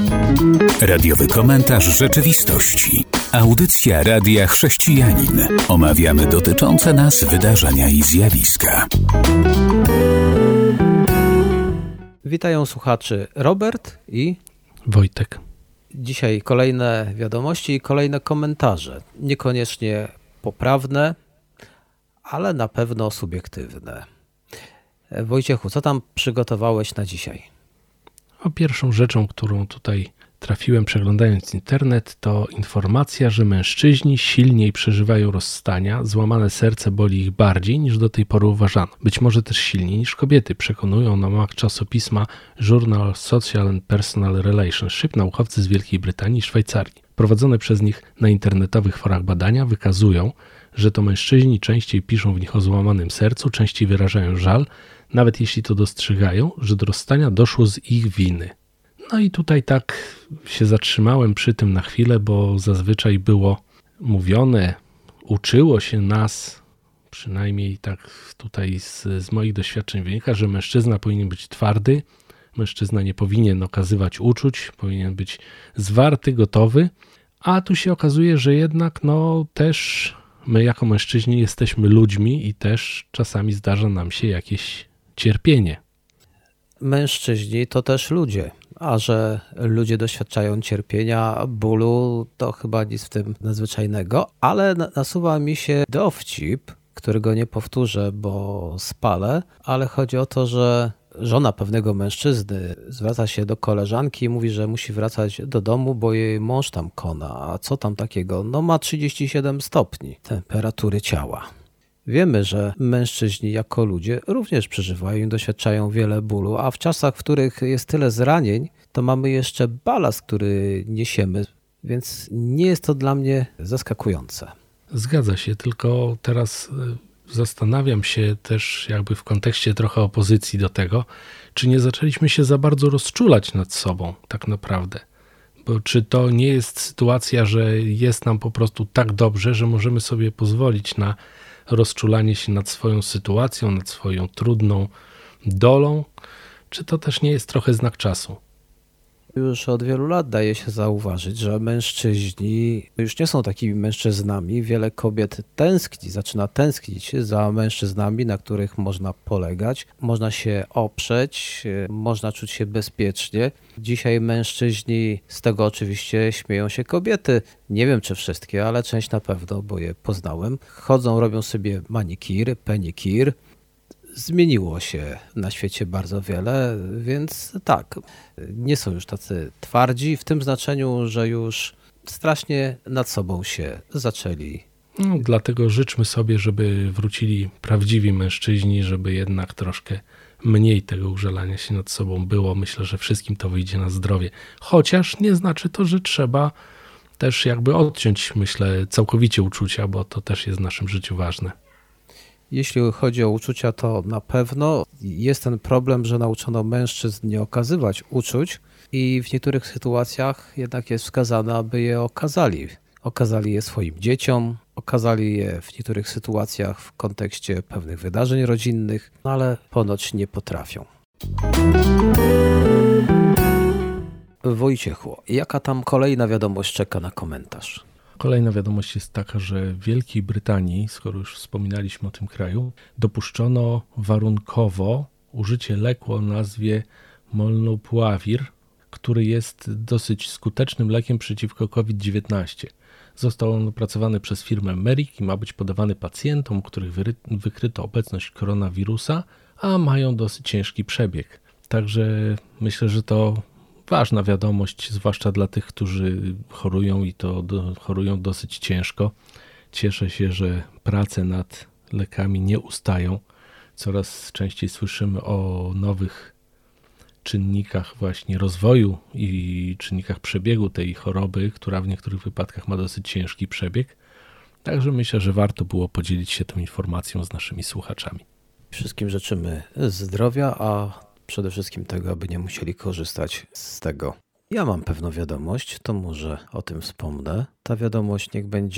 Radiowy komentarz rzeczywistości. Audycja Radia Chrześcijanin. Omawiamy dotyczące nas wydarzenia i zjawiska. Witają słuchaczy Robert i Wojtek. Dzisiaj kolejne wiadomości i kolejne komentarze. Niekoniecznie poprawne, ale na pewno subiektywne. Wojciechu, co tam przygotowałeś na dzisiaj? Pierwszą rzeczą, którą tutaj trafiłem przeglądając internet, to informacja, że mężczyźni silniej przeżywają rozstania, złamane serce boli ich bardziej niż do tej pory uważano. Być może też silniej niż kobiety, przekonują na łamach czasopisma Journal Social and Personal Relationship naukowcy z Wielkiej Brytanii i Szwajcarii. Prowadzone przez nich na internetowych forach badania wykazują, że to mężczyźni częściej piszą w nich o złamanym sercu, częściej wyrażają żal, nawet jeśli to dostrzegają, że do rozstania doszło z ich winy. No i tutaj tak się zatrzymałem przy tym na chwilę, bo zazwyczaj było mówione, uczyło się nas, przynajmniej tak tutaj z moich doświadczeń wynika, że mężczyzna powinien być twardy, mężczyzna nie powinien okazywać uczuć, powinien być zwarty, gotowy, a tu się okazuje, że jednak też my jako mężczyźni jesteśmy ludźmi i też czasami zdarza nam się jakieś cierpienie. Mężczyźni to też ludzie, a że ludzie doświadczają cierpienia, bólu, to chyba nic w tym nadzwyczajnego, ale nasuwa mi się dowcip, którego nie powtórzę, bo spalę, ale chodzi o to, że żona pewnego mężczyzny zwraca się do koleżanki i mówi, że musi wracać do domu, bo jej mąż tam kona. A co tam takiego? Ma 37 stopni temperatury ciała. Wiemy, że mężczyźni jako ludzie również przeżywają i doświadczają wiele bólu, a w czasach, w których jest tyle zranień, to mamy jeszcze balast, który niesiemy, więc nie jest to dla mnie zaskakujące. Zgadza się, tylko teraz zastanawiam się też jakby w kontekście trochę opozycji do tego, czy nie zaczęliśmy się za bardzo rozczulać nad sobą tak naprawdę. Bo czy to nie jest sytuacja, że jest nam po prostu tak dobrze, że możemy sobie pozwolić na rozczulanie się nad swoją sytuacją, nad swoją trudną dolą? Czy to też nie jest trochę znak czasu? Już od wielu lat daje się zauważyć, że mężczyźni już nie są takimi mężczyznami. Wiele kobiet zaczyna tęsknić za mężczyznami, na których można polegać, można się oprzeć, można czuć się bezpiecznie. Dzisiaj mężczyźni, z tego oczywiście śmieją się kobiety. Nie wiem, czy wszystkie, ale część na pewno, bo je poznałem. Chodzą, robią sobie manikir, penikir. Zmieniło się na świecie bardzo wiele, więc tak, nie są już tacy twardzi w tym znaczeniu, że już strasznie nad sobą się zaczęli. Dlatego życzmy sobie, żeby wrócili prawdziwi mężczyźni, żeby jednak troszkę mniej tego użalania się nad sobą było. Myślę, że wszystkim to wyjdzie na zdrowie. Chociaż nie znaczy to, że trzeba też jakby odciąć, myślę, całkowicie uczucia, bo to też jest w naszym życiu ważne. Jeśli chodzi o uczucia, to na pewno jest ten problem, że nauczono mężczyzn nie okazywać uczuć i w niektórych sytuacjach jednak jest wskazane, aby je okazali. Okazali je swoim dzieciom, okazali je w niektórych sytuacjach w kontekście pewnych wydarzeń rodzinnych, ale ponoć nie potrafią. Wojciechu, jaka tam kolejna wiadomość czeka na komentarz? Kolejna wiadomość jest taka, że w Wielkiej Brytanii, skoro już wspominaliśmy o tym kraju, dopuszczono warunkowo użycie leku o nazwie Molnupiravir, który jest dosyć skutecznym lekiem przeciwko COVID-19. Został on opracowany przez firmę Merck i ma być podawany pacjentom, u których wykryto obecność koronawirusa, a mają dosyć ciężki przebieg. Także myślę, że to ważna wiadomość, zwłaszcza dla tych, którzy chorują i to chorują dosyć ciężko. Cieszę się, że prace nad lekami nie ustają. Coraz częściej słyszymy o nowych czynnikach właśnie rozwoju i czynnikach przebiegu tej choroby, która w niektórych wypadkach ma dosyć ciężki przebieg. Także myślę, że warto było podzielić się tą informacją z naszymi słuchaczami. Wszystkim życzymy zdrowia, a przede wszystkim tego, aby nie musieli korzystać z tego. Ja mam pewną wiadomość, to może o tym wspomnę. Ta wiadomość niech będzie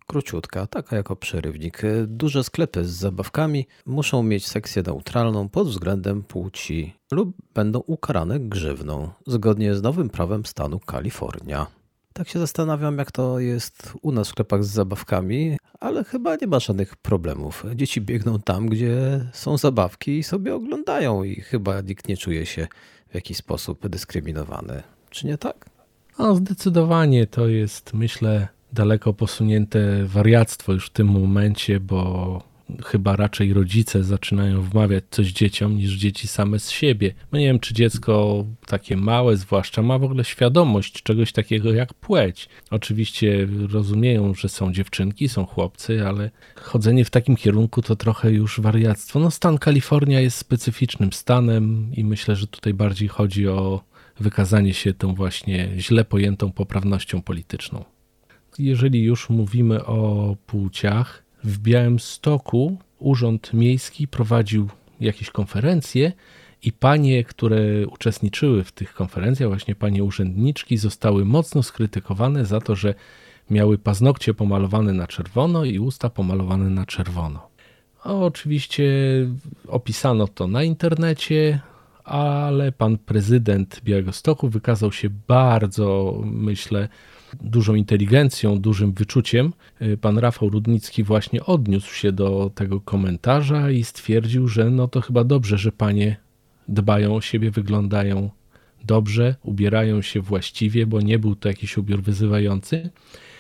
króciutka, taka jako przerywnik. Duże sklepy z zabawkami muszą mieć sekcję neutralną pod względem płci lub będą ukarane grzywną, zgodnie z nowym prawem stanu Kalifornia. Tak się zastanawiam, jak to jest u nas w sklepach z zabawkami, ale chyba nie ma żadnych problemów. Dzieci biegną tam, gdzie są zabawki i sobie oglądają i chyba nikt nie czuje się w jakiś sposób dyskryminowany. Czy nie tak? No, zdecydowanie to jest, myślę, daleko posunięte wariactwo już w tym momencie, bo chyba raczej rodzice zaczynają wmawiać coś dzieciom niż dzieci same z siebie. No nie wiem, czy dziecko takie małe zwłaszcza ma w ogóle świadomość czegoś takiego jak płeć. Oczywiście rozumieją, że są dziewczynki, są chłopcy, ale chodzenie w takim kierunku to trochę już wariactwo. No stan Kalifornia jest specyficznym stanem i myślę, że tutaj bardziej chodzi o wykazanie się tą właśnie źle pojętą poprawnością polityczną. Jeżeli już mówimy o płciach, w Białymstoku Urząd Miejski prowadził jakieś konferencje i panie, które uczestniczyły w tych konferencjach, właśnie panie urzędniczki, zostały mocno skrytykowane za to, że miały paznokcie pomalowane na czerwono i usta pomalowane na czerwono. Oczywiście opisano to na internecie, ale pan prezydent Białegostoku wykazał się bardzo, myślę, dużą inteligencją, dużym wyczuciem. Pan Rafał Rudnicki właśnie odniósł się do tego komentarza i stwierdził, że no to chyba dobrze, że panie dbają o siebie, wyglądają dobrze, ubierają się właściwie, bo nie był to jakiś ubiór wyzywający.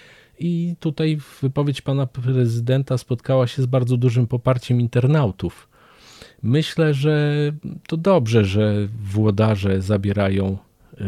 I tutaj wypowiedź pana prezydenta spotkała się z bardzo dużym poparciem internautów. Myślę, że to dobrze, że włodarze zabierają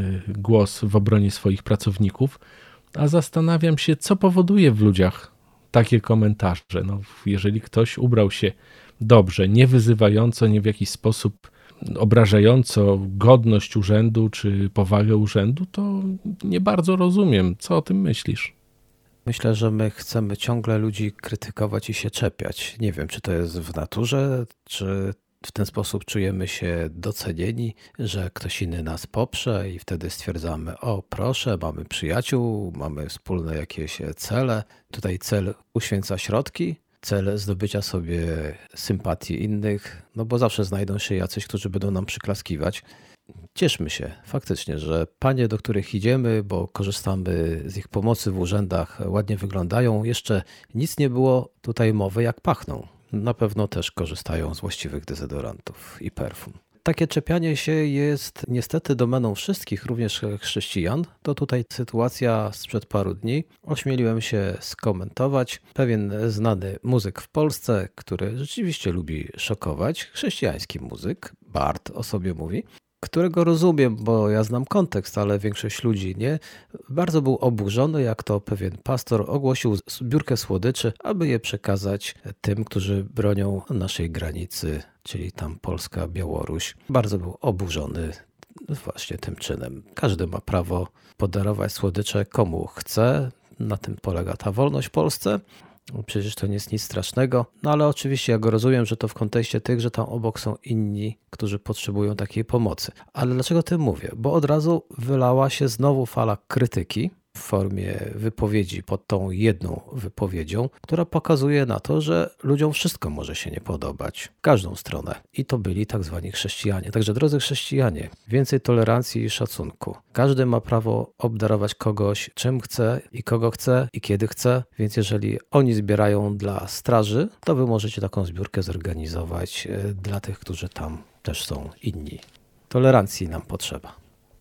głos w obronie swoich pracowników, a zastanawiam się, co powoduje w ludziach takie komentarze. No, jeżeli ktoś ubrał się dobrze, nie wyzywająco, nie w jakiś sposób obrażająco godność urzędu czy powagę urzędu, to nie bardzo rozumiem. Co o tym myślisz? Myślę, że my chcemy ciągle ludzi krytykować i się czepiać. Nie wiem, czy to jest w naturze, czy w ten sposób czujemy się docenieni, że ktoś inny nas poprze i wtedy stwierdzamy, o proszę, mamy przyjaciół, mamy wspólne jakieś cele. Tutaj cel uświęca środki, cel zdobycia sobie sympatii innych, no bo zawsze znajdą się jacyś, którzy będą nam przyklaskiwać. Cieszmy się faktycznie, że panie, do których idziemy, bo korzystamy z ich pomocy w urzędach, ładnie wyglądają. Jeszcze nic nie było tutaj mowy, jak pachną. Na pewno też korzystają z właściwych dezodorantów i perfum. Takie czepianie się jest niestety domeną wszystkich, również chrześcijan. To tutaj sytuacja sprzed paru dni. Ośmieliłem się skomentować. Pewien znany muzyk w Polsce, który rzeczywiście lubi szokować, chrześcijański muzyk, Bart o sobie mówi, którego rozumiem, bo ja znam kontekst, ale większość ludzi nie. Bardzo był oburzony, jak to pewien pastor ogłosił zbiórkę słodyczy, aby je przekazać tym, którzy bronią naszej granicy, czyli tam Polska, Białoruś. Bardzo był oburzony właśnie tym czynem. Każdy ma prawo podarować słodycze komu chce. Na tym polega ta wolność w Polsce. Przecież to nie jest nic strasznego, no ale oczywiście ja go rozumiem, że to w kontekście tych, że tam obok są inni, którzy potrzebują takiej pomocy. Ale dlaczego o tym mówię? Bo od razu wylała się znowu fala krytyki w formie wypowiedzi pod tą jedną wypowiedzią, która pokazuje na to, że ludziom wszystko może się nie podobać, w każdą stronę. I to byli tak zwani chrześcijanie. Także drodzy chrześcijanie, więcej tolerancji i szacunku. Każdy ma prawo obdarować kogoś czym chce i kogo chce i kiedy chce, więc jeżeli oni zbierają dla straży, to wy możecie taką zbiórkę zorganizować dla tych, którzy tam też są inni. Tolerancji nam potrzeba.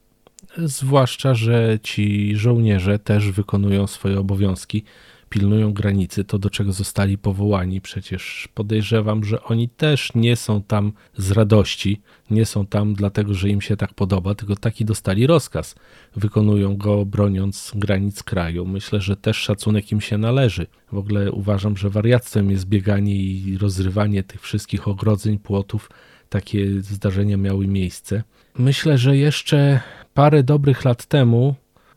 Zwłaszcza, że ci żołnierze też wykonują swoje obowiązki, pilnują granicy, to do czego zostali powołani. Przecież podejrzewam, że oni też nie są tam z radości, nie są tam dlatego, że im się tak podoba, tylko taki dostali rozkaz. Wykonują go broniąc granic kraju. Myślę, że też szacunek im się należy. W ogóle uważam, że wariactwem jest bieganie i rozrywanie tych wszystkich ogrodzeń, płotów. Takie zdarzenia miały miejsce. Myślę, że jeszcze parę dobrych lat temu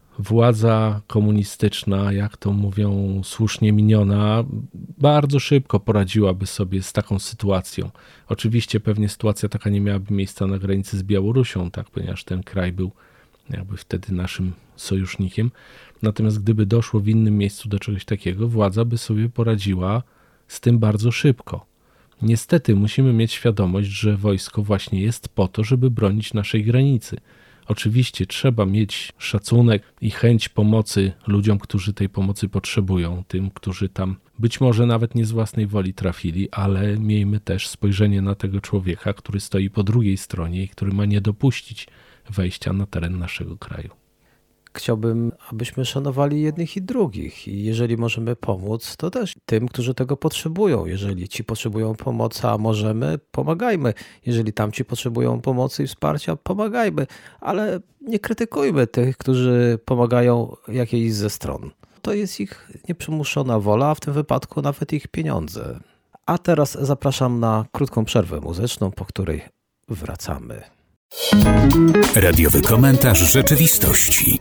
władza komunistyczna, jak to mówią, słusznie miniona, bardzo szybko poradziłaby sobie z taką sytuacją. Oczywiście pewnie sytuacja taka nie miałaby miejsca na granicy z Białorusią, tak, ponieważ ten kraj był jakby wtedy naszym sojusznikiem. Natomiast gdyby doszło w innym miejscu do czegoś takiego, władza by sobie poradziła z tym bardzo szybko. Niestety musimy mieć świadomość, że wojsko właśnie jest po to, żeby bronić naszej granicy. Oczywiście trzeba mieć szacunek i chęć pomocy ludziom, którzy tej pomocy potrzebują, tym, którzy tam być może nawet nie z własnej woli trafili, ale miejmy też spojrzenie na tego człowieka, który stoi po drugiej stronie i który ma nie dopuścić wejścia na teren naszego kraju. Chciałbym, abyśmy szanowali jednych i drugich i jeżeli możemy pomóc, to też tym, którzy tego potrzebują. Jeżeli ci potrzebują pomocy, a możemy, pomagajmy. Jeżeli tamci potrzebują pomocy i wsparcia, pomagajmy. Ale nie krytykujmy tych, którzy pomagają jakiejś ze stron. To jest ich nieprzymuszona wola, a w tym wypadku nawet ich pieniądze. A teraz zapraszam na krótką przerwę muzyczną, po której wracamy. Radiowy komentarz rzeczywistości.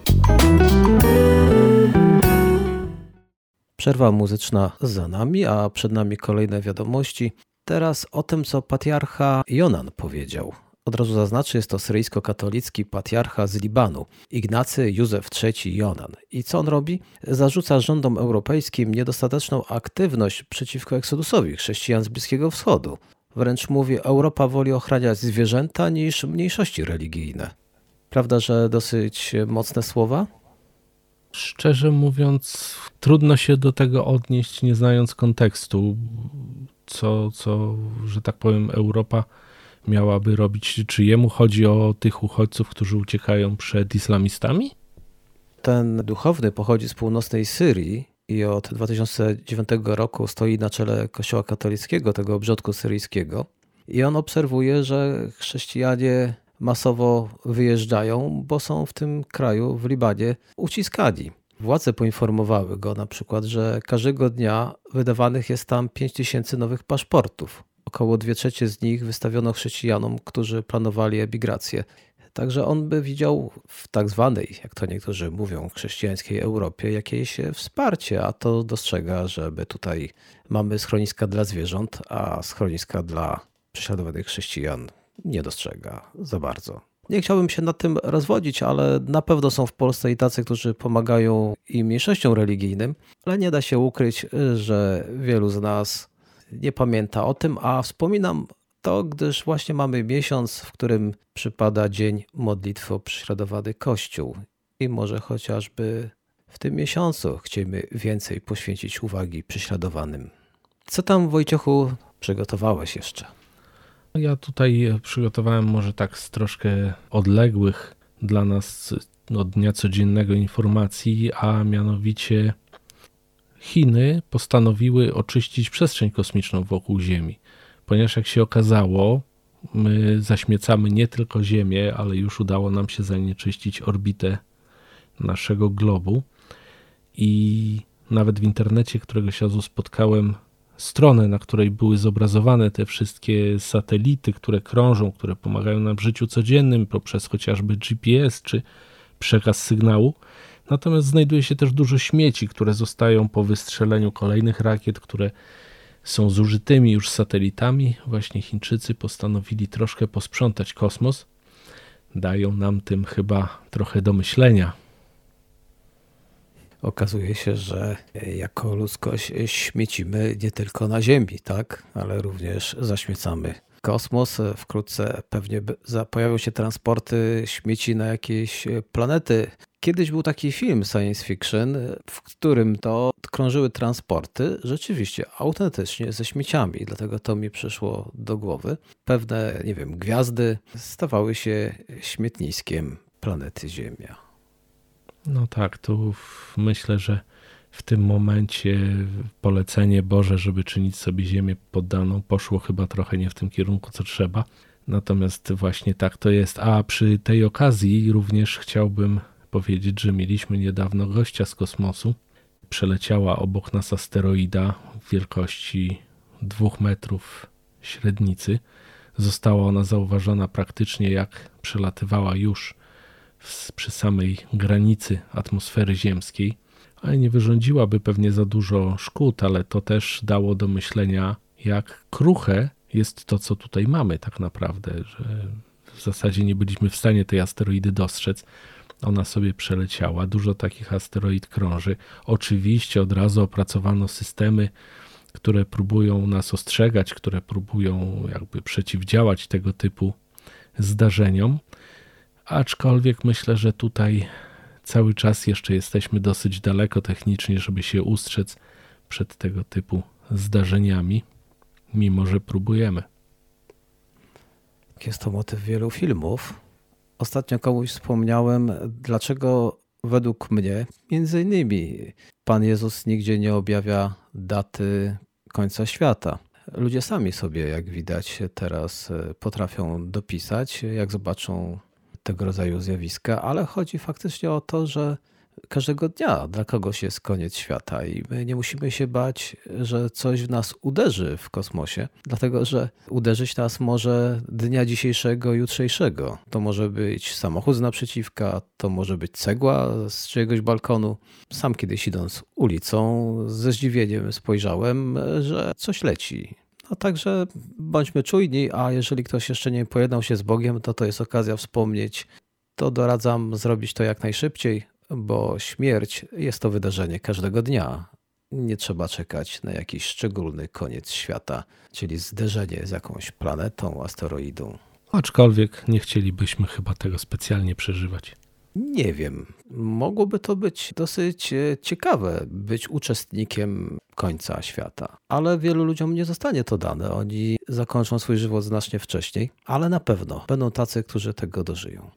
Przerwa muzyczna za nami, a przed nami kolejne wiadomości. Teraz o tym, co patriarcha Jonan powiedział. Od razu zaznaczę, jest to syryjsko-katolicki patriarcha z Libanu, Ignacy Józef III Jonan. I co on robi? Zarzuca rządom europejskim niedostateczną aktywność przeciwko eksodusowi chrześcijan z Bliskiego Wschodu. Wręcz mówi, Europa woli ochraniać zwierzęta niż mniejszości religijne. Prawda, że dosyć mocne słowa? Szczerze mówiąc, trudno się do tego odnieść, nie znając kontekstu, co że tak powiem, Europa miałaby robić. Czy jemu chodzi o tych uchodźców, którzy uciekają przed islamistami? Ten duchowny pochodzi z północnej Syrii i od 2009 roku stoi na czele Kościoła katolickiego, tego obrządku syryjskiego. I on obserwuje, że chrześcijanie masowo wyjeżdżają, bo są w tym kraju, w Libanie, uciskani. Władze poinformowały go na przykład, że każdego dnia wydawanych jest tam 5000 nowych paszportów. Około 2/3 z nich wystawiono chrześcijanom, którzy planowali emigrację. Także on by widział w tak zwanej, jak to niektórzy mówią, chrześcijańskiej Europie jakieś wsparcie, a to dostrzega, żeby tutaj mamy schroniska dla zwierząt, a schroniska dla prześladowanych chrześcijan nie dostrzega za bardzo. Nie chciałbym się nad tym rozwodzić, ale na pewno są w Polsce i tacy, którzy pomagają i mniejszościom religijnym, ale nie da się ukryć, że wielu z nas nie pamięta o tym, a wspominam to, gdyż właśnie mamy miesiąc, w którym przypada Dzień Modlitwy o Prześladowany Kościół i może chociażby w tym miesiącu chcemy więcej poświęcić uwagi prześladowanym. Co tam, Wojciechu, przygotowałeś jeszcze? Ja tutaj przygotowałem może tak z troszkę odległych dla nas od dnia codziennego informacji, a mianowicie Chiny postanowiły oczyścić przestrzeń kosmiczną wokół Ziemi. Ponieważ jak się okazało, my zaśmiecamy nie tylko Ziemię, ale już udało nam się zanieczyścić orbitę naszego globu. I nawet w internecie któregoś razu spotkałem stronę, na której były zobrazowane te wszystkie satelity, które krążą, które pomagają nam w życiu codziennym poprzez chociażby GPS czy przekaz sygnału. Natomiast znajduje się też dużo śmieci, które zostają po wystrzeleniu kolejnych rakiet, które są zużytymi już satelitami. Właśnie Chińczycy postanowili troszkę posprzątać kosmos. Dają nam tym chyba trochę do myślenia. Okazuje się, że jako ludzkość śmiecimy nie tylko na Ziemi, tak? Ale również zaśmiecamy kosmos. Wkrótce pewnie pojawią się transporty śmieci na jakieś planety. Kiedyś był taki film science fiction, w którym to krążyły transporty rzeczywiście autentycznie ze śmieciami. Dlatego to mi przyszło do głowy. Pewne, nie wiem, gwiazdy stawały się śmietniskiem planety Ziemia. No tak, tu myślę, że w tym momencie polecenie Boże, żeby czynić sobie ziemię poddaną, poszło chyba trochę nie w tym kierunku, co trzeba. Natomiast właśnie tak to jest. A przy tej okazji również chciałbym powiedzieć, że mieliśmy niedawno gościa z kosmosu. Przeleciała obok nas asteroida wielkości 2 metrów średnicy. Została ona zauważona praktycznie jak przelatywała już przy samej granicy atmosfery ziemskiej, ale nie wyrządziłaby pewnie za dużo szkód, ale to też dało do myślenia, jak kruche jest to, co tutaj mamy tak naprawdę, że w zasadzie nie byliśmy w stanie tej asteroidy dostrzec, ona sobie przeleciała. Dużo takich asteroid krąży. Oczywiście od razu opracowano systemy, które próbują nas ostrzegać, które próbują jakby przeciwdziałać tego typu zdarzeniom. Aczkolwiek myślę, że tutaj cały czas jeszcze jesteśmy dosyć daleko technicznie, żeby się ustrzec przed tego typu zdarzeniami, mimo że próbujemy. Jest to motyw wielu filmów. Ostatnio komuś wspomniałem, dlaczego według mnie, między innymi, Pan Jezus nigdzie nie objawia daty końca świata. Ludzie sami sobie, jak widać teraz, potrafią dopisać, jak zobaczą tego rodzaju zjawiska, ale chodzi faktycznie o to, że każdego dnia dla kogoś jest koniec świata i my nie musimy się bać, że coś w nas uderzy w kosmosie, dlatego że uderzyć nas może dnia dzisiejszego, jutrzejszego. To może być samochód z naprzeciwka, to może być cegła z czyjegoś balkonu. Sam kiedyś idąc ulicą ze zdziwieniem spojrzałem, że coś leci. No także bądźmy czujni, a jeżeli ktoś jeszcze nie pojednał się z Bogiem, to jest okazja wspomnieć. To doradzam zrobić to jak najszybciej, bo śmierć jest to wydarzenie każdego dnia. Nie trzeba czekać na jakiś szczególny koniec świata, czyli zderzenie z jakąś planetą, asteroidą. Aczkolwiek nie chcielibyśmy chyba tego specjalnie przeżywać. Nie wiem, mogłoby to być dosyć ciekawe, być uczestnikiem końca świata. Ale wielu ludziom nie zostanie to dane. Oni zakończą swój żywot znacznie wcześniej, ale na pewno będą tacy, którzy tego dożyją.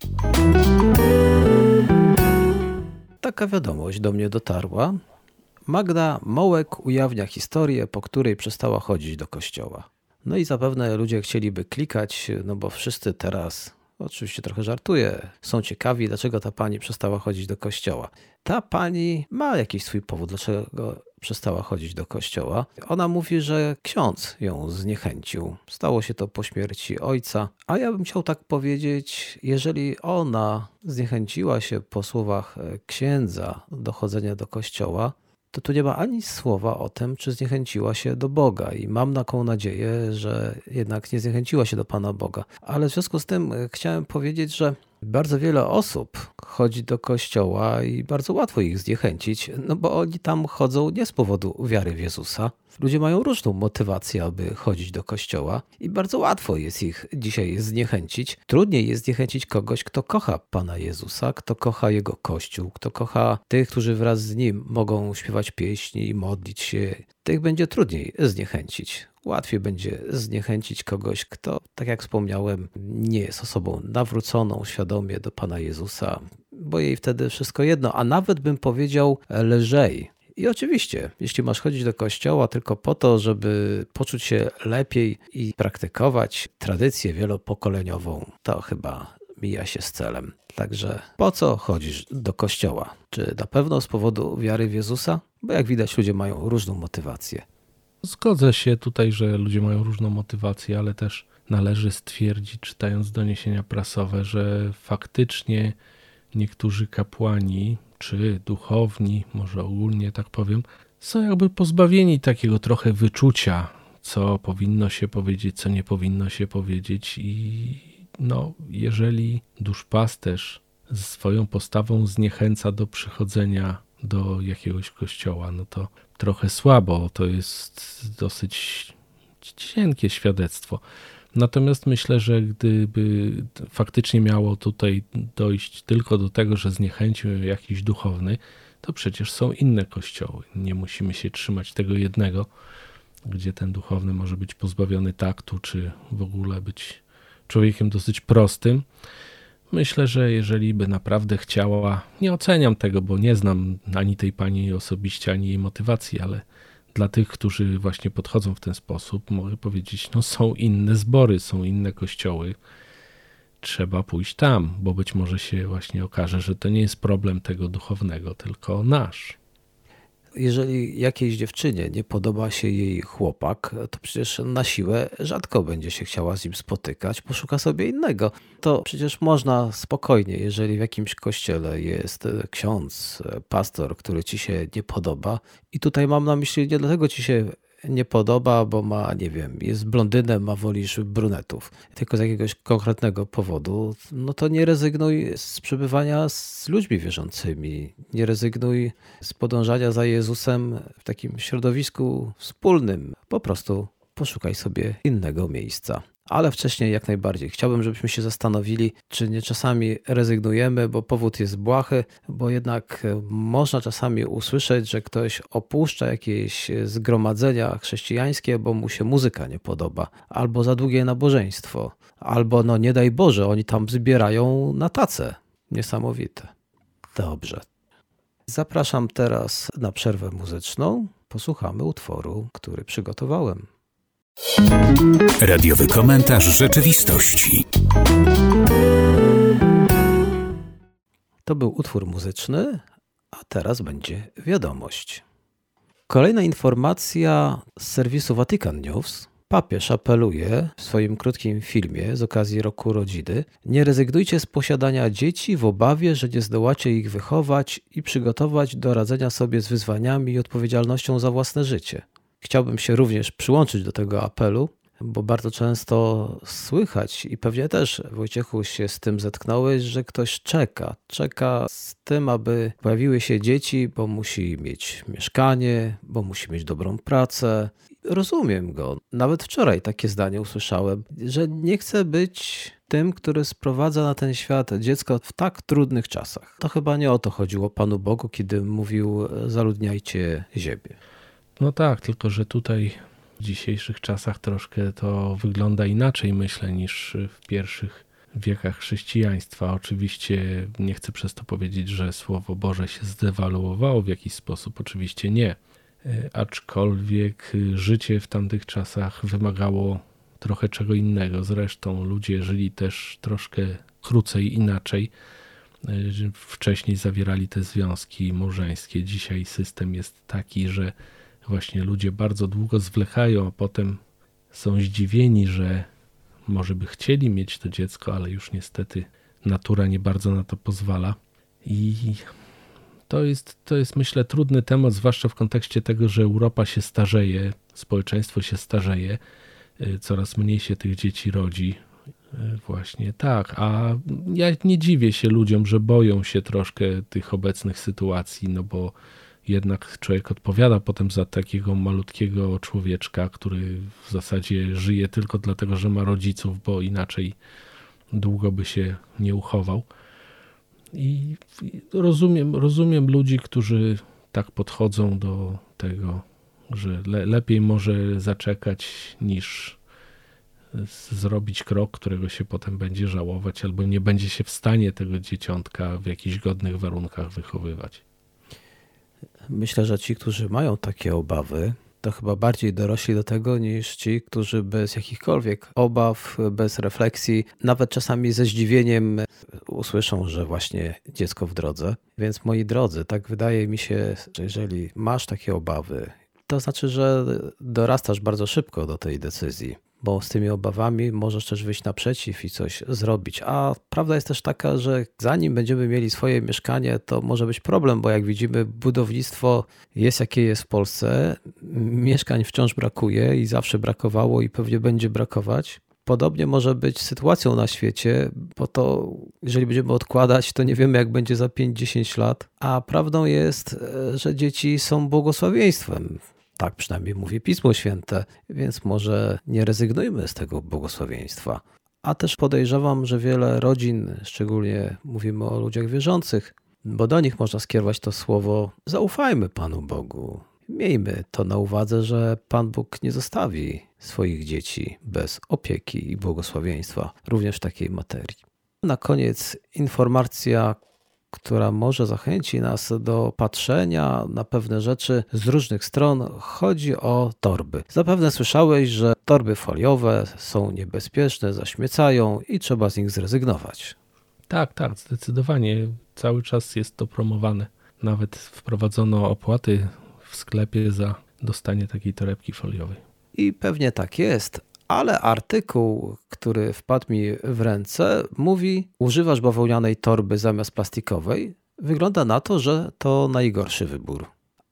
Taka wiadomość do mnie dotarła. Magda Mołek ujawnia historię, po której przestała chodzić do kościoła. No i zapewne ludzie chcieliby klikać, no bo wszyscy teraz, oczywiście trochę żartuję, są ciekawi, dlaczego ta pani przestała chodzić do kościoła. Ta pani ma jakiś swój powód, dlaczego przestała chodzić do kościoła. Ona mówi, że ksiądz ją zniechęcił. Stało się to po śmierci ojca. A ja bym chciał tak powiedzieć, jeżeli ona zniechęciła się po słowach księdza do chodzenia do kościoła, to tu nie ma ani słowa o tym, czy zniechęciła się do Boga. I mam taką nadzieję, że jednak nie zniechęciła się do Pana Boga. Ale w związku z tym chciałem powiedzieć, że bardzo wiele osób chodzi do kościoła i bardzo łatwo ich zniechęcić, no bo oni tam chodzą nie z powodu wiary w Jezusa. Ludzie mają różną motywację, aby chodzić do kościoła i bardzo łatwo jest ich dzisiaj zniechęcić. Trudniej jest zniechęcić kogoś, kto kocha Pana Jezusa, kto kocha Jego Kościół, kto kocha tych, którzy wraz z Nim mogą śpiewać pieśni i modlić się. Tych będzie trudniej zniechęcić. Łatwiej będzie zniechęcić kogoś, kto, tak jak wspomniałem, nie jest osobą nawróconą świadomie do Pana Jezusa, bo jej wtedy wszystko jedno, a nawet bym powiedział lżej. I oczywiście, jeśli masz chodzić do kościoła tylko po to, żeby poczuć się lepiej i praktykować tradycję wielopokoleniową, to chyba mija się z celem. Także po co chodzisz do kościoła? Czy na pewno z powodu wiary w Jezusa? Bo jak widać, ludzie mają różną motywację. Zgodzę się tutaj, że ludzie mają różną motywację, ale też należy stwierdzić, czytając doniesienia prasowe, że faktycznie niektórzy kapłani czy duchowni, może ogólnie tak powiem, są jakby pozbawieni takiego trochę wyczucia, co powinno się powiedzieć, co nie powinno się powiedzieć i jeżeli duszpasterz swoją postawą zniechęca do przychodzenia do jakiegoś kościoła, no to trochę słabo, to jest dosyć cienkie świadectwo. Natomiast myślę, że gdyby faktycznie miało tutaj dojść tylko do tego, że zniechęcił jakiś duchowny, to przecież są inne kościoły. Nie musimy się trzymać tego jednego, gdzie ten duchowny może być pozbawiony taktu, czy w ogóle być człowiekiem dosyć prostym. Myślę, że jeżeli by naprawdę chciała, nie oceniam tego, bo nie znam ani tej pani osobiście, ani jej motywacji, ale dla tych, którzy właśnie podchodzą w ten sposób, mogę powiedzieć, są inne zbory, są inne kościoły, trzeba pójść tam, bo być może się właśnie okaże, że to nie jest problem tego duchownego, tylko nasz. Jeżeli jakiejś dziewczynie nie podoba się jej chłopak, to przecież na siłę rzadko będzie się chciała z nim spotykać, poszuka sobie innego. To przecież można spokojnie, jeżeli w jakimś kościele jest ksiądz, pastor, który ci się nie podoba i tutaj mam na myśli, nie dlatego ci się nie podoba, bo ma, nie wiem, jest blondynem, a wolisz brunetów, tylko z jakiegoś konkretnego powodu, no to nie rezygnuj z przebywania z ludźmi wierzącymi. Nie rezygnuj z podążania za Jezusem w takim środowisku wspólnym. Po prostu poszukaj sobie innego miejsca. Ale wcześniej jak najbardziej. Chciałbym, żebyśmy się zastanowili, czy nie czasami rezygnujemy, bo powód jest błahy, bo jednak można czasami usłyszeć, że ktoś opuszcza jakieś zgromadzenia chrześcijańskie, bo mu się muzyka nie podoba, albo za długie nabożeństwo, albo no nie daj Boże, oni tam zbierają na tacę. Niesamowite. Dobrze. Zapraszam teraz na przerwę muzyczną. Posłuchamy utworu, który przygotowałem. Radiowy komentarz rzeczywistości. To był utwór muzyczny, a teraz będzie wiadomość. Kolejna informacja z serwisu Vatican News. Papież apeluje w swoim krótkim filmie z okazji Roku Rodziny: nie rezygnujcie z posiadania dzieci w obawie, że nie zdołacie ich wychować i przygotować do radzenia sobie z wyzwaniami i odpowiedzialnością za własne życie. Chciałbym się również przyłączyć do tego apelu, bo bardzo często słychać i pewnie też, Wojciechu, się z tym zetknąłeś, że ktoś czeka z tym, aby pojawiły się dzieci, bo musi mieć mieszkanie, bo musi mieć dobrą pracę. Rozumiem go. Nawet wczoraj takie zdanie usłyszałem, że nie chce być tym, który sprowadza na ten świat dziecko w tak trudnych czasach. To chyba nie o to chodziło Panu Bogu, kiedy mówił: zaludniajcie ziemię. No tak, tylko że tutaj w dzisiejszych czasach troszkę to wygląda inaczej, myślę, niż w pierwszych wiekach chrześcijaństwa. Oczywiście nie chcę przez to powiedzieć, że Słowo Boże się zdewaluowało w jakiś sposób. Oczywiście nie. Aczkolwiek życie w tamtych czasach wymagało trochę czego innego. Zresztą ludzie żyli też troszkę krócej, inaczej. Wcześniej zawierali te związki małżeńskie. Dzisiaj system jest taki, że właśnie ludzie bardzo długo zwlekają, a potem są zdziwieni, że może by chcieli mieć to dziecko, ale już niestety natura nie bardzo na to pozwala. I to jest myślę trudny temat, zwłaszcza w kontekście tego, że Europa się starzeje, społeczeństwo się starzeje, coraz mniej się tych dzieci rodzi. Właśnie tak, a ja nie dziwię się ludziom, że boją się troszkę tych obecnych sytuacji, no bo jednak człowiek odpowiada potem za takiego malutkiego człowieczka, który w zasadzie żyje tylko dlatego, że ma rodziców, bo inaczej długo by się nie uchował. I rozumiem ludzi, którzy tak podchodzą do tego, że lepiej może zaczekać niż zrobić krok, którego się potem będzie żałować, albo nie będzie się w stanie tego dzieciątka w jakichś godnych warunkach wychowywać. Myślę, że ci, którzy mają takie obawy, to chyba bardziej dorośli do tego niż ci, którzy bez jakichkolwiek obaw, bez refleksji, nawet czasami ze zdziwieniem usłyszą, że właśnie dziecko w drodze. Więc moi drodzy, tak wydaje mi się, że jeżeli masz takie obawy, to znaczy, że dorastasz bardzo szybko do tej decyzji, bo z tymi obawami możesz też wyjść naprzeciw i coś zrobić. A prawda jest też taka, że zanim będziemy mieli swoje mieszkanie, to może być problem, bo jak widzimy, budownictwo jest jakie jest w Polsce, mieszkań wciąż brakuje i zawsze brakowało i pewnie będzie brakować. Podobnie może być sytuacją na świecie, bo to jeżeli będziemy odkładać, to nie wiemy, jak będzie za 5-10 lat. A prawdą jest, że dzieci są błogosławieństwem. Tak przynajmniej mówi Pismo Święte, więc może nie rezygnujmy z tego błogosławieństwa. A też podejrzewam, że wiele rodzin, szczególnie mówimy o ludziach wierzących, bo do nich można skierować to słowo: zaufajmy Panu Bogu. Miejmy to na uwadze, że Pan Bóg nie zostawi swoich dzieci bez opieki i błogosławieństwa, również w takiej materii. Na koniec informacja, która może zachęci nas do patrzenia na pewne rzeczy z różnych stron. Chodzi o torby. Zapewne słyszałeś, że torby foliowe są niebezpieczne, zaśmiecają i trzeba z nich zrezygnować. Tak, zdecydowanie. Cały czas jest to promowane. Nawet wprowadzono opłaty w sklepie za dostanie takiej torebki foliowej. I pewnie tak jest. Ale artykuł, który wpadł mi w ręce, mówi: używasz bawełnianej torby zamiast plastikowej? Wygląda na to, że to najgorszy wybór.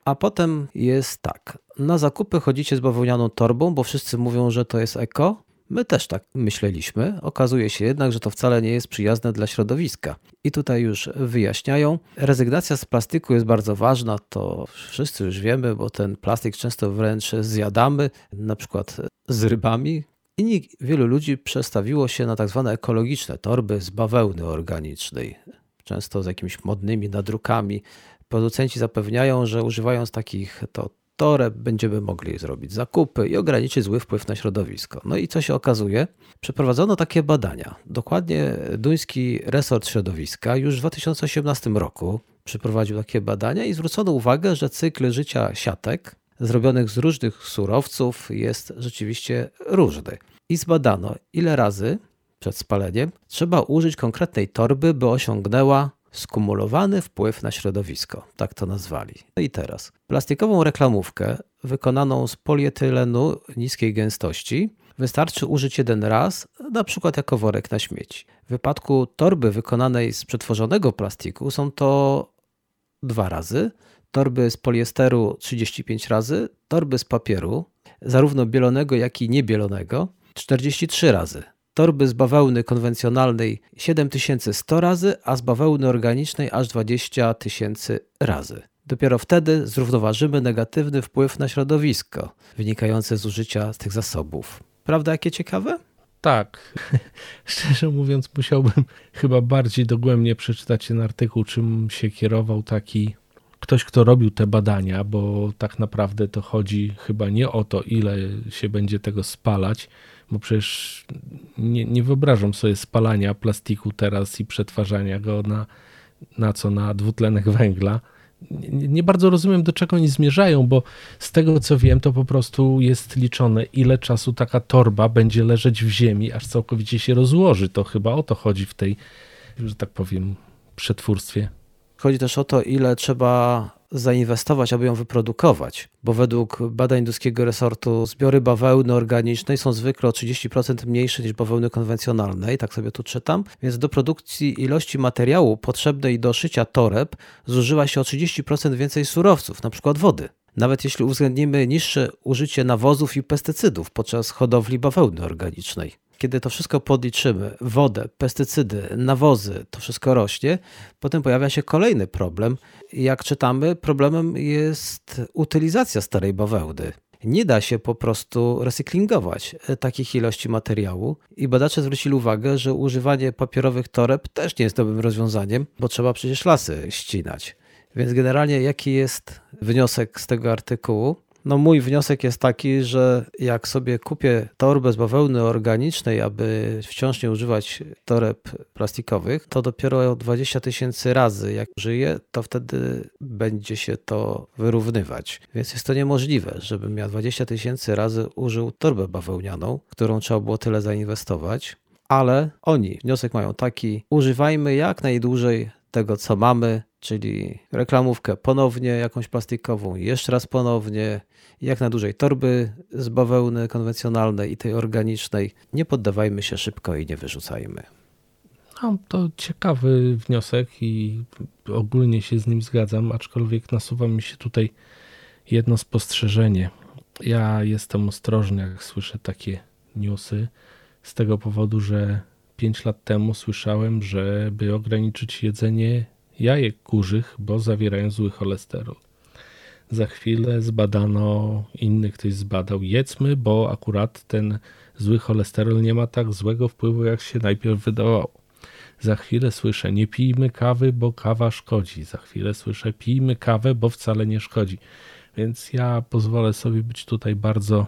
A potem jest tak, na zakupy chodzicie z bawełnianą torbą, bo wszyscy mówią, że to jest eko. My też tak myśleliśmy. Okazuje się jednak, że to wcale nie jest przyjazne dla środowiska. I tutaj już wyjaśniają. Rezygnacja z plastiku jest bardzo ważna, to wszyscy już wiemy, bo ten plastik często wręcz zjadamy, na przykład z rybami. I wielu ludzi przestawiło się na tak zwane ekologiczne torby z bawełny organicznej, często z jakimiś modnymi nadrukami. Producenci zapewniają, że używając takich toreb będziemy mogli zrobić zakupy i ograniczyć zły wpływ na środowisko. No i co się okazuje? Przeprowadzono takie badania. Dokładnie duński resort środowiska już w 2018 roku przeprowadził takie badania i zwrócono uwagę, że cykl życia siatek zrobionych z różnych surowców jest rzeczywiście różny. I zbadano, ile razy przed spaleniem trzeba użyć konkretnej torby, by osiągnęła skumulowany wpływ na środowisko. Tak to nazwali. No i teraz. Plastikową reklamówkę wykonaną z polietylenu niskiej gęstości wystarczy użyć jeden raz, na przykład jako worek na śmieci. W wypadku torby wykonanej z przetworzonego plastiku są to 2 razy, torby z poliesteru 35 razy, torby z papieru, zarówno bielonego, jak i niebielonego, 43 razy. Torby z bawełny konwencjonalnej 7100 razy, a z bawełny organicznej aż 20 000 razy. Dopiero wtedy zrównoważymy negatywny wpływ na środowisko wynikający z użycia tych zasobów. Prawda, jakie ciekawe? Tak. Szczerze mówiąc, musiałbym chyba bardziej dogłębnie przeczytać ten artykuł, czym się kierował taki ktoś, kto robił te badania, bo tak naprawdę to chodzi chyba nie o to, ile się będzie tego spalać, bo przecież nie wyobrażam sobie spalania plastiku teraz i przetwarzania go na dwutlenek węgla. Nie bardzo rozumiem, do czego oni zmierzają, bo z tego co wiem, to po prostu jest liczone, ile czasu taka torba będzie leżeć w ziemi, aż całkowicie się rozłoży. To chyba o to chodzi w tej, że tak powiem, przetwórstwie. Chodzi też o to, ile trzeba zainwestować, aby ją wyprodukować, bo według badań duńskiego resortu zbiory bawełny organicznej są zwykle o 30% mniejsze niż bawełny konwencjonalnej, tak sobie tu czytam, więc do produkcji ilości materiału potrzebnej do szycia toreb zużywa się o 30% więcej surowców, na przykład wody. Nawet jeśli uwzględnimy niższe użycie nawozów i pestycydów podczas hodowli bawełny organicznej. Kiedy to wszystko podliczymy, wodę, pestycydy, nawozy, to wszystko rośnie, potem pojawia się kolejny problem. Jak czytamy, problemem jest utylizacja starej bawełny. Nie da się po prostu recyklingować takich ilości materiału i badacze zwrócili uwagę, że używanie papierowych toreb też nie jest dobrym rozwiązaniem, bo trzeba przecież lasy ścinać. Więc generalnie jaki jest wniosek z tego artykułu? No mój wniosek jest taki, że jak sobie kupię torbę z bawełny organicznej, aby wciąż nie używać toreb plastikowych, to dopiero 20 000 razy jak żyję, to wtedy będzie się to wyrównywać. Więc jest to niemożliwe, żebym ja 20 000 razy użył torbę bawełnianą, w którą trzeba było tyle zainwestować. Ale oni wniosek mają taki, używajmy jak najdłużej tego, co mamy, czyli reklamówkę ponownie, jakąś plastikową, jeszcze raz ponownie, jak najdłużej torby z bawełny konwencjonalnej i tej organicznej. Nie poddawajmy się szybko i nie wyrzucajmy. No, to ciekawy wniosek i ogólnie się z nim zgadzam, aczkolwiek nasuwa mi się tutaj jedno spostrzeżenie. Ja jestem ostrożny, jak słyszę takie newsy, z tego powodu, że 5 lat temu słyszałem, żeby ograniczyć jedzenie jajek kurzych, bo zawierają zły cholesterol. Za chwilę zbadano, inny ktoś zbadał, jedzmy, bo akurat ten zły cholesterol nie ma tak złego wpływu, jak się najpierw wydawało. Za chwilę słyszę, nie pijmy kawy, bo kawa szkodzi. Za chwilę słyszę, pijmy kawę, bo wcale nie szkodzi. Więc ja pozwolę sobie być tutaj bardzo,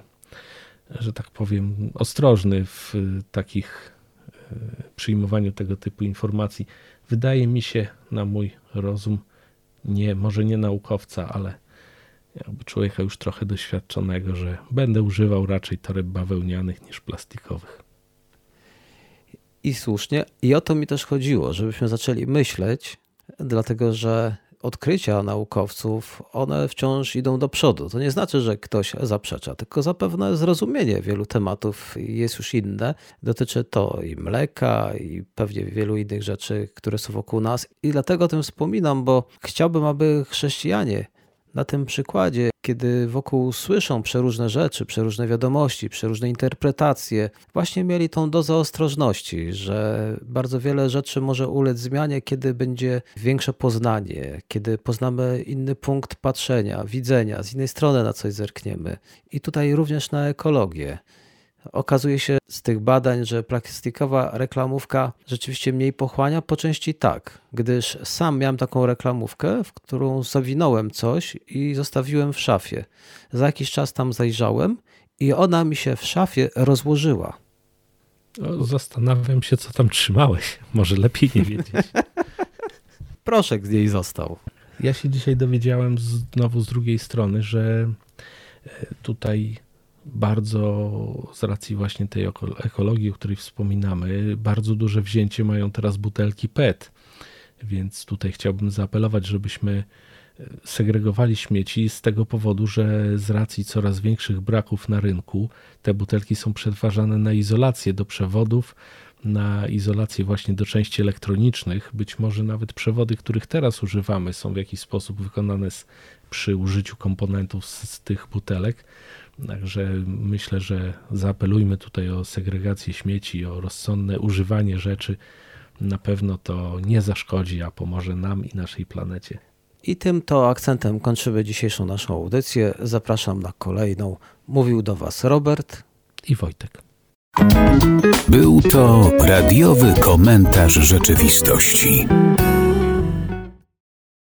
że tak powiem, ostrożny w takich przyjmowaniu tego typu informacji. Wydaje mi się, na mój rozum, może nie naukowca, ale jakby człowieka już trochę doświadczonego, że będę używał raczej toreb bawełnianych niż plastikowych. I słusznie. I o to mi też chodziło, żebyśmy zaczęli myśleć, dlatego że odkrycia naukowców, one wciąż idą do przodu. To nie znaczy, że ktoś zaprzecza, tylko zapewne zrozumienie wielu tematów jest już inne. Dotyczy to i mleka, i pewnie wielu innych rzeczy, które są wokół nas. I dlatego o tym wspominam, bo chciałbym, aby chrześcijanie Na tym przykładzie, kiedy wokół słyszą przeróżne rzeczy, przeróżne wiadomości, przeróżne interpretacje, właśnie mieli tą dozę ostrożności, że bardzo wiele rzeczy może ulec zmianie, kiedy będzie większe poznanie, kiedy poznamy inny punkt patrzenia, widzenia, z innej strony na coś zerkniemy. I tutaj również na ekologię. Okazuje się z tych badań, że plastikowa reklamówka rzeczywiście mniej pochłania, po części tak, gdyż sam miałem taką reklamówkę, w którą zawinąłem coś i zostawiłem w szafie. Za jakiś czas tam zajrzałem i ona mi się w szafie rozłożyła. Zastanawiam się, co tam trzymałeś. Może lepiej nie wiedzieć. Proszek z niej został. Ja się dzisiaj dowiedziałem znowu z drugiej strony, że tutaj bardzo z racji właśnie tej ekologii, o której wspominamy, bardzo duże wzięcie mają teraz butelki PET, więc tutaj chciałbym zaapelować, żebyśmy segregowali śmieci z tego powodu, że z racji coraz większych braków na rynku te butelki są przetwarzane na izolację do przewodów, na izolację właśnie do części elektronicznych. Być może nawet przewody, których teraz używamy, są w jakiś sposób wykonane przy użyciu komponentów z tych butelek. Także myślę, że zaapelujmy tutaj o segregację śmieci, o rozsądne używanie rzeczy. Na pewno to nie zaszkodzi, a pomoże nam i naszej planecie. I tym to akcentem kończymy dzisiejszą naszą audycję. Zapraszam na kolejną. Mówił do Was Robert i Wojtek. Był to radiowy komentarz rzeczywistości.